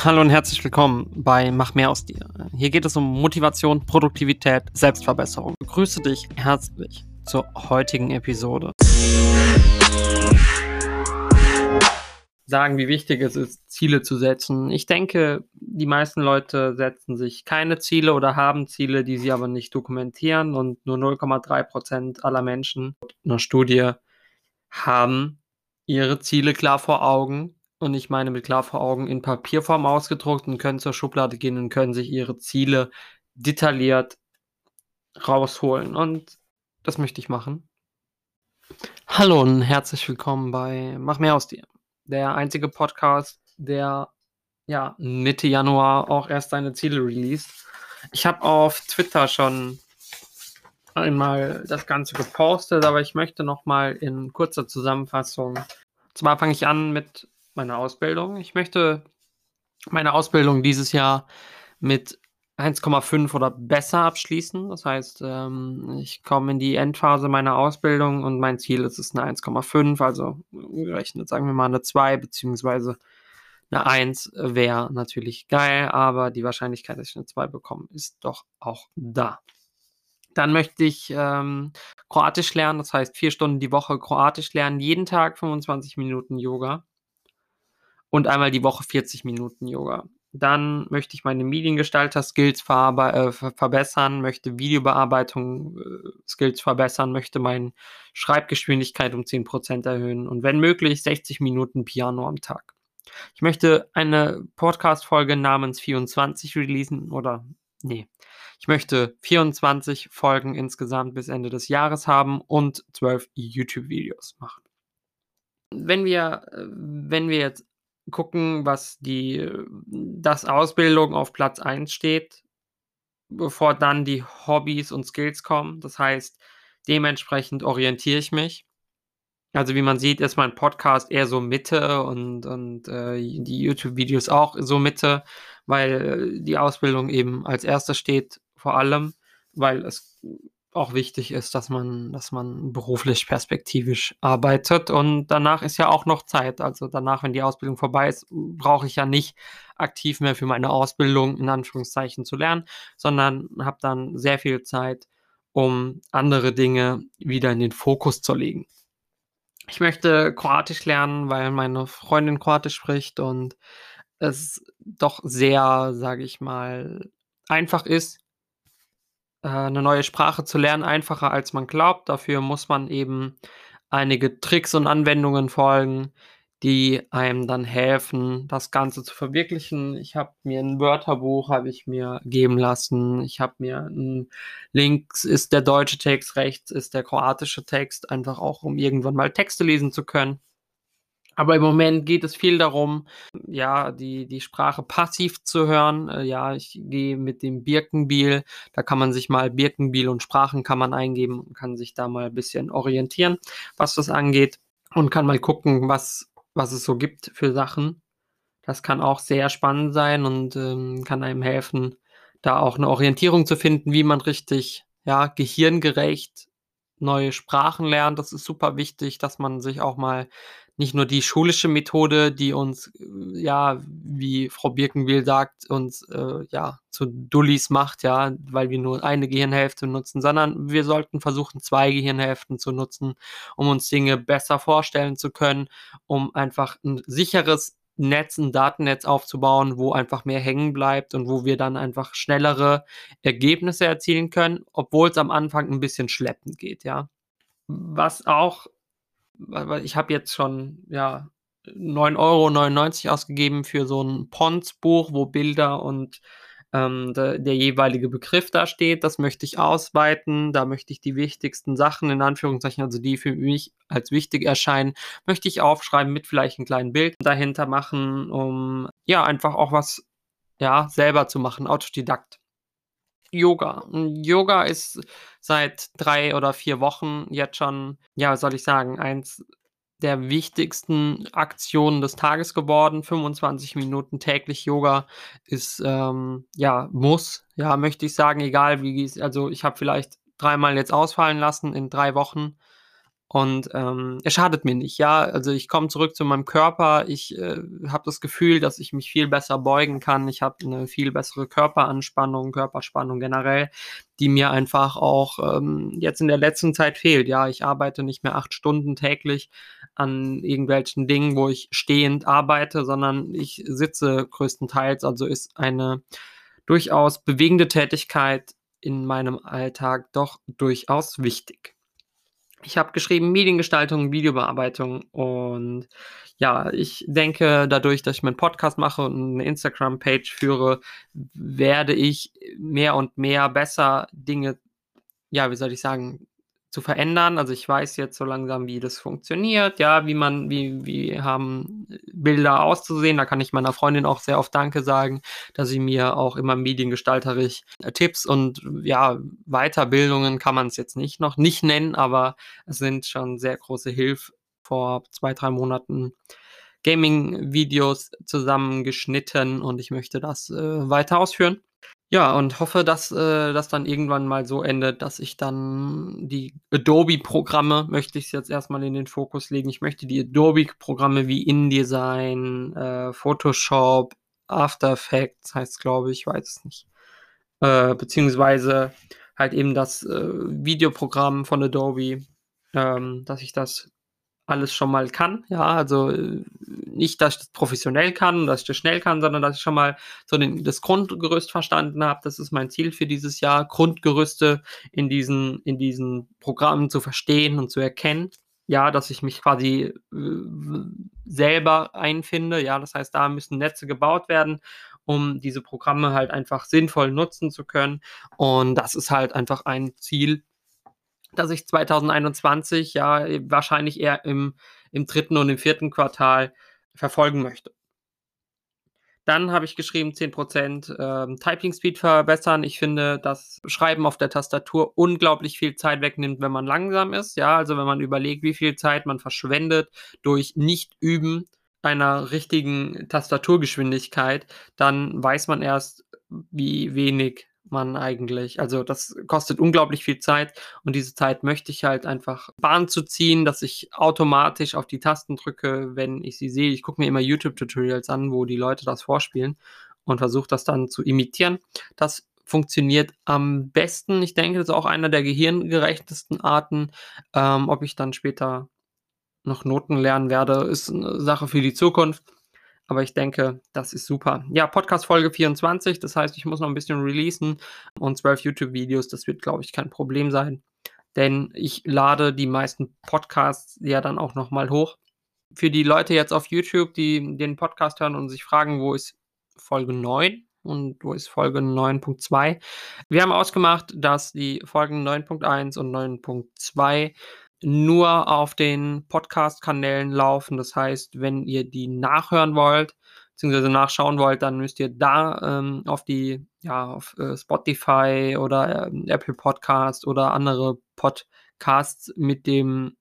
Hallo und herzlich willkommen bei Mach mehr aus dir. Hier geht es um Motivation, Produktivität, Selbstverbesserung. Ich begrüße dich herzlich zur heutigen Episode. Sagen, wie wichtig es ist, Ziele zu setzen. Ich denke, die meisten Leute setzen sich keine Ziele oder haben Ziele, die sie aber nicht dokumentieren, und nur 0,3% aller Menschen in einer Studie haben ihre Ziele klar vor Augen. Und ich meine mit klar vor Augen in Papierform ausgedruckt, und können zur Schublade gehen und können sich ihre Ziele detailliert rausholen. Und das möchte ich machen. Hallo und herzlich willkommen bei Mach mehr aus dir. Der einzige Podcast, der Mitte Januar auch erst seine Ziele released. Ich habe auf Twitter schon einmal das Ganze gepostet, aber ich möchte noch mal in kurzer Zusammenfassung. Zwar fange ich an mit meiner Ausbildung. Ich möchte meine Ausbildung dieses Jahr mit 1,5 oder besser abschließen. Das heißt, ich komme in die Endphase meiner Ausbildung und mein Ziel ist es 'ne 1,5, also umgerechnet sagen wir mal 'ne 2 beziehungsweise 'ne 1 wäre natürlich geil, aber die Wahrscheinlichkeit, dass ich 'ne 2 bekomme, ist doch auch da. Dann möchte ich, Kroatisch lernen, das heißt 4 Stunden die Woche Kroatisch lernen, jeden Tag 25 Minuten Yoga und einmal die Woche 40 Minuten Yoga. Dann möchte ich meine Mediengestalter-Skills verbessern, möchte Videobearbeitung, Skills verbessern, möchte meine Schreibgeschwindigkeit um 10% erhöhen und wenn möglich 60 Minuten Piano am Tag. Ich möchte eine Podcast-Folge namens 24 releasen ich möchte 24 Folgen insgesamt bis Ende des Jahres haben und 12 YouTube-Videos machen. Wenn wir jetzt gucken, dass Ausbildung auf Platz 1 steht, bevor dann die Hobbys und Skills kommen. Das heißt, dementsprechend orientiere ich mich. Also, wie man sieht, ist mein Podcast eher so Mitte und die YouTube-Videos auch so Mitte, weil die Ausbildung eben als 1. steht, vor allem, weil es auch wichtig ist, dass man beruflich perspektivisch arbeitet, und danach ist ja auch noch Zeit. Also, danach, wenn die Ausbildung vorbei ist, brauche ich ja nicht aktiv mehr für meine Ausbildung in Anführungszeichen zu lernen, sondern habe dann sehr viel Zeit, um andere Dinge wieder in den Fokus zu legen. Ich möchte Kroatisch lernen, weil meine Freundin Kroatisch spricht und es doch sehr, sage ich mal, einfach ist, 'ne neue Sprache zu lernen, einfacher als man glaubt. Dafür muss man eben einige Tricks und Anwendungen folgen, die einem dann helfen, das Ganze zu verwirklichen. Ich habe mir 'n Wörterbuch habe ich mir geben lassen. Ich habe mir links ist der deutsche Text, rechts ist der kroatische Text, einfach auch, um irgendwann mal Texte lesen zu können. Aber im Moment geht es viel darum, ja, die Sprache passiv zu hören. Ja, ich gehe mit dem Birkenbiel, da kann man sich mal Birkenbiel und Sprachen kann man eingeben und kann sich da mal bisschen orientieren, was das angeht, und kann mal gucken, was es so gibt für Sachen. Das kann auch sehr spannend sein und, kann einem helfen, da auch 'ne Orientierung zu finden, wie man richtig, ja, gehirngerecht neue Sprachen lernt. Das ist super wichtig, dass man sich auch mal nicht nur die schulische Methode, die uns, ja, wie Frau Birkenbiel sagt, uns, ja, zu Dullis macht, ja, weil wir nur eine Gehirnhälfte nutzen, sondern wir sollten versuchen, 2 Gehirnhälften zu nutzen, um uns Dinge besser vorstellen zu können, um einfach 'n sicheres Netz 'n Datennetz aufzubauen, wo einfach mehr hängen bleibt und wo wir dann einfach schnellere Ergebnisse erzielen können, obwohl's am Anfang 'n bisschen schleppend geht, ja. Was auch weil ich habe jetzt schon, ja, 9,99 € ausgegeben für so 'n Pons-Buch, wo Bilder und, der jeweilige Begriff da steht. Das möchte ich ausweiten. Da möchte ich die wichtigsten Sachen in Anführungszeichen, also die für mich als wichtig erscheinen, möchte ich aufschreiben, mit vielleicht 'n kleinen Bild dahinter machen, um, ja, einfach auch was, ja, selber zu machen, Autodidakt. Yoga. Yoga ist seit 3 oder 4 Wochen jetzt schon, ja, was soll ich sagen, eins der wichtigsten Aktionen des Tages geworden. 25 Minuten täglich Yoga ist, ja, Muss, ja, möchte ich sagen, egal wie es, also, ich habe vielleicht dreimal jetzt ausfallen lassen in 3 Wochen und, er schadet mir nicht, ja. Also, ich komme zurück zu meinem Körper. Ich, habe das Gefühl, dass ich mich viel besser beugen kann. Ich habe eine viel bessere Körperanspannung, Körperspannung generell, die mir einfach auch, jetzt in der letzten Zeit fehlt. Ja, ich arbeite nicht mehr 8 Stunden täglich an irgendwelchen Dingen, wo ich stehend arbeite, sondern ich sitze größtenteils. Also, ist eine durchaus bewegende Tätigkeit in meinem Alltag doch durchaus wichtig. Ich habe geschrieben Mediengestaltung, Videobearbeitung und ja, ich denke, dadurch, dass ich meinen Podcast mache und 'ne Instagram-Page führe, werde ich mehr und mehr besser Dinge, ja, wie soll ich sagen, zu verändern. Also, ich weiß jetzt so langsam, wie das funktioniert, ja, wie haben Bilder auszusehen. Da kann ich meiner Freundin auch sehr oft Danke sagen, dass sie mir auch immer mediengestalterisch, Tipps und, ja, Weiterbildungen kann man es jetzt nicht nennen, aber es sind schon sehr große Hilfe. Vor 2 3 Monaten Gaming-Videos zusammengeschnitten und ich möchte das, weiter ausführen. Ja, und hoffe, dass, das dann irgendwann mal so endet, dass ich dann die Adobe-Programme möchte ich jetzt erst mal in den Fokus legen. Ich möchte die Adobe-Programme wie InDesign, Photoshop, After Effects heißt's, glaube ich, weiß es nicht. Beziehungsweise halt eben das, Videoprogramm von Adobe, dass ich das alles schon mal kann, ja, also, nicht, dass ich das professionell kann, dass ich das schnell kann, sondern dass ich schon mal so das Grundgerüst verstanden habe. Das ist mein Ziel für dieses Jahr, Grundgerüste in diesen Programmen zu verstehen und zu erkennen. Ja, dass ich mich quasi, selber einfinde. Ja, das heißt, da müssen Netze gebaut werden, um diese Programme halt einfach sinnvoll nutzen zu können. Und das ist halt einfach ein Ziel, dass ich 2021, ja, wahrscheinlich eher im 3. und im 4. Quartal verfolgen möchte. Dann habe ich geschrieben 10 Typing Speed verbessern. Ich finde, dass Schreiben auf der Tastatur unglaublich viel Zeit wegnimmt, wenn man langsam ist, ja? Also, wenn man überlegt, wie viel Zeit man verschwendet durch Nicht-Üben einer richtigen Tastaturgeschwindigkeit, dann weiß man erst, wie wenig man eigentlich, also, das kostet unglaublich viel Zeit und diese Zeit möchte ich halt einfach Bahn zu ziehen, dass ich automatisch auf die Tasten drücke, wenn ich sie sehe. Ich gucke mir immer YouTube-Tutorials an, wo die Leute das vorspielen und versuche das dann zu imitieren. Das funktioniert am besten. Ich denke, das ist auch einer der gehirngerechtesten Arten. Ob ich dann später noch Noten lernen werde, ist 'ne Sache für die Zukunft. Aber ich denke, das ist super. Ja, Podcast Folge 24, das heißt, ich muss noch 'n bisschen releasen und 12 YouTube-Videos, das wird, glaube ich, kein Problem sein, denn ich lade die meisten Podcasts ja dann auch noch mal hoch. Für die Leute jetzt auf YouTube, die den Podcast hören und sich fragen: „Wo ist Folge 9 und wo ist Folge 9.2?" Wir haben ausgemacht, dass die Folgen 9.1 und 9.2 nur auf den Podcast-Kanälen laufen. Das heißt, wenn ihr die nachhören wollt, beziehungsweise nachschauen wollt, dann müsst ihr da, auf die ja, auf, Spotify oder, Apple Podcast oder andere Podcasts mit dem,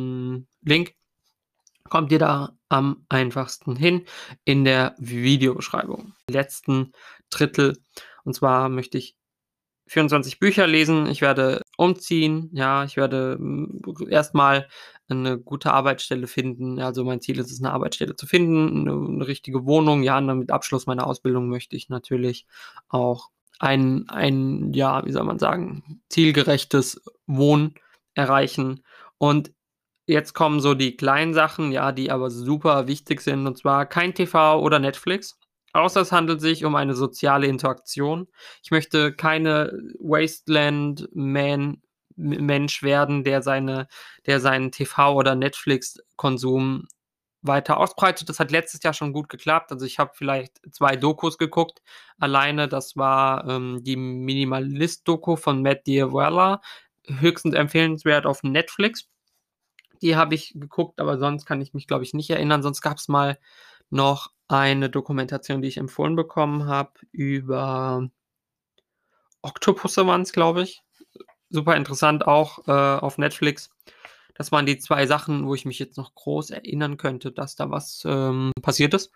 Link kommt ihr da am einfachsten hin in der Videobeschreibung. Letzten Drittel, und zwar möchte ich 24 Bücher lesen. Ich werde umziehen, ja, ich werde, erst 'ne gute Arbeitsstelle finden. Also, mein Ziel ist es, 'ne Arbeitsstelle zu finden, 'ne richtige Wohnung. Ja, und dann mit Abschluss meiner Ausbildung möchte ich natürlich auch ein, ja, wie soll man sagen, zielgerechtes Wohnen erreichen. Und jetzt kommen so die kleinen Sachen, ja, die aber super wichtig sind, und zwar kein TV oder Netflix, außer es handelt sich um eine soziale Interaktion. Ich möchte keine Wasteland-Man Mensch werden, der seinen TV oder Netflix-Konsum weiter ausbreitet. Das hat letztes Jahr schon gut geklappt. Also, ich habe vielleicht 2 Dokus geguckt alleine. Das war, die Minimalist-Doku von Matt D'Avella, höchstens empfehlenswert auf Netflix. Die habe ich geguckt, aber sonst kann ich mich, glaube ich, nicht erinnern. Sonst gab's mal noch eine Dokumentation, die ich empfohlen bekommen habe über Oktopusse waren's, glaube ich. Super interessant auch, auf Netflix. Das waren die 2 Sachen, wo ich mich jetzt noch groß erinnern könnte, dass da was, passiert ist.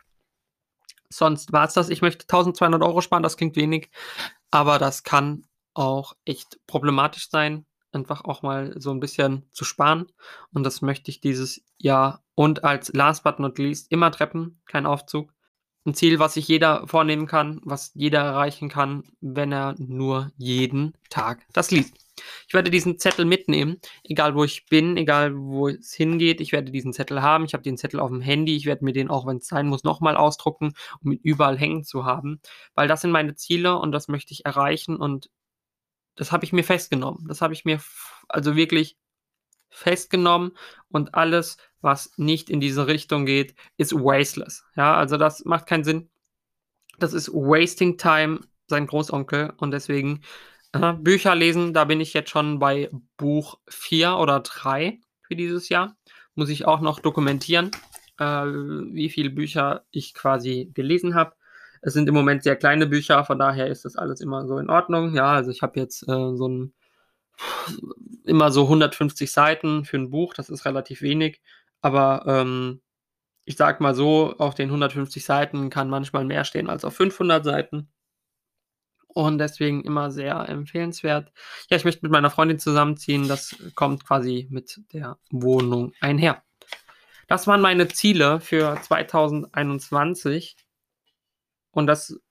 Sonst war's das. Ich möchte 1.200 € sparen, das klingt wenig, aber das kann auch echt problematisch sein. einfach auch mal so 'n bisschen zu sparen und das möchte ich dieses Jahr und als last but not least immer Treppen, kein Aufzug. 'N Ziel, was sich jeder vornehmen kann, was jeder erreichen kann, wenn er nur jeden Tag das liest. Ich werde diesen Zettel mitnehmen, egal wo ich bin, egal wo es hingeht. Ich werde diesen Zettel haben. Ich habe den Zettel aufm Handy. Ich werde mir den, auch wenn's sein muss, noch mal ausdrucken, um ihn überall hängen zu haben, weil das sind meine Ziele und das möchte ich erreichen und das habe ich mir festgenommen. Das habe ich mir also wirklich festgenommen und alles, was nicht in diese Richtung geht, ist wasteless. Ja, also das macht keinen Sinn. Das ist wasting time, sein Großonkel und deswegen, Bücher lesen, da bin ich jetzt schon bei Buch 4 oder 3 für dieses Jahr. Muss ich auch noch dokumentieren, wie viele Bücher ich quasi gelesen habe. Es sind im Moment sehr kleine Bücher, von daher ist das alles immer so in Ordnung. Ja, also ich habe jetzt, so 'n immer so 150 Seiten für 'n Buch, das ist relativ wenig, aber, ich sage mal so, auf den 150 Seiten kann manchmal mehr stehen als auf 500 Seiten und deswegen immer sehr empfehlenswert. Ja, ich möchte mit meiner Freundin zusammenziehen, das kommt quasi mit der Wohnung einher. Das waren meine Ziele für 2021 und das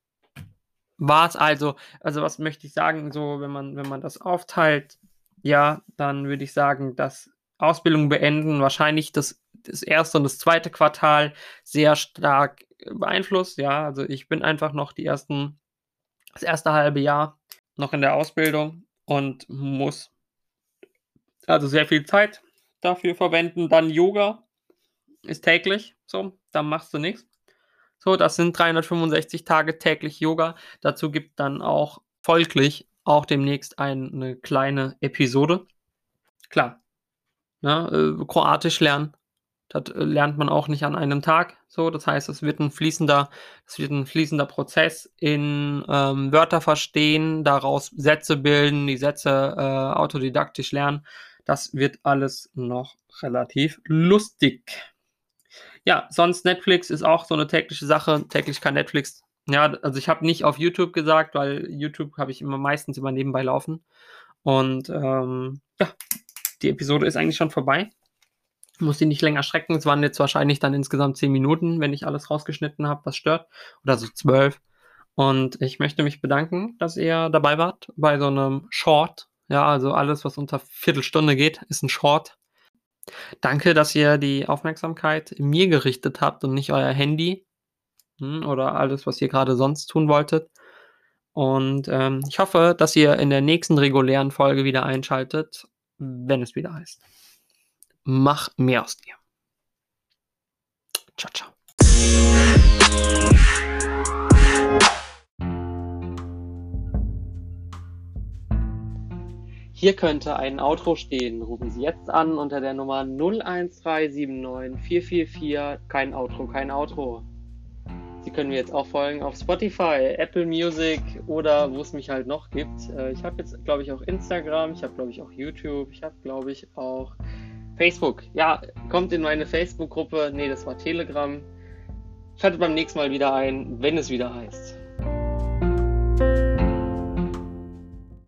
war's also, was möchte ich sagen, so wenn man das aufteilt, ja, dann würde ich sagen, dass Ausbildung beenden wahrscheinlich das erste und das zweite Quartal sehr stark beeinflusst, ja. Also, ich bin einfach noch das erste halbe Jahr noch in der Ausbildung und muss also sehr viel Zeit dafür verwenden. Dann Yoga ist täglich so, da machst du nix. So, das sind 365 Tage täglich Yoga. Dazu gibt dann auch folglich auch demnächst eine kleine Episode. Klar, ne, Kroatisch lernen, das, lernt man auch nicht an einem Tag so. Das heißt, es wird 'n fließender Prozess in, Wörter verstehen, daraus Sätze bilden, die Sätze, autodidaktisch lernen. Das wird alles noch relativ lustig. Ja, sonst Netflix ist auch so 'ne tägliche Sache. Täglich kein Netflix. Ja, also ich habe nicht auf YouTube gesagt, weil YouTube habe ich immer meistens immer nebenbei laufen. Und, ja, die Episode ist eigentlich schon vorbei. Muss die nicht länger strecken. Es waren jetzt wahrscheinlich dann insgesamt 10 Minuten, wenn ich alles rausgeschnitten habe, was stört, oder so 12. Und ich möchte mich bedanken, dass ihr dabei wart bei so 'nem Short. Ja, also alles, was unter Viertelstunde geht, ist 'n Short. Danke, dass ihr die Aufmerksamkeit mir gerichtet habt und nicht euer Handy, oder alles, was ihr grade sonst tun wolltet. Und, ich hoffe, dass ihr in der nächsten regulären Folge wieder einschaltet, wenn es wieder heißt: „Mach mehr aus dir.“ Tschau, tschau. Hier könnte ein Outro stehen. Rufen Sie jetzt an unter der Nummer 01379 444 kein Outro, kein Outro. Sie können mir jetzt auch folgen auf Spotify, Apple Music oder wo es mich halt noch gibt. Ich habe jetzt, glaube ich, auch Instagram, ich habe, glaube ich, auch YouTube, ich habe, glaube ich, auch Facebook. Ja, kommt in meine Facebook-Gruppe. Nee, das war Telegram. Schaltet beim nächsten Mal wieder ein, wenn es wieder heißt: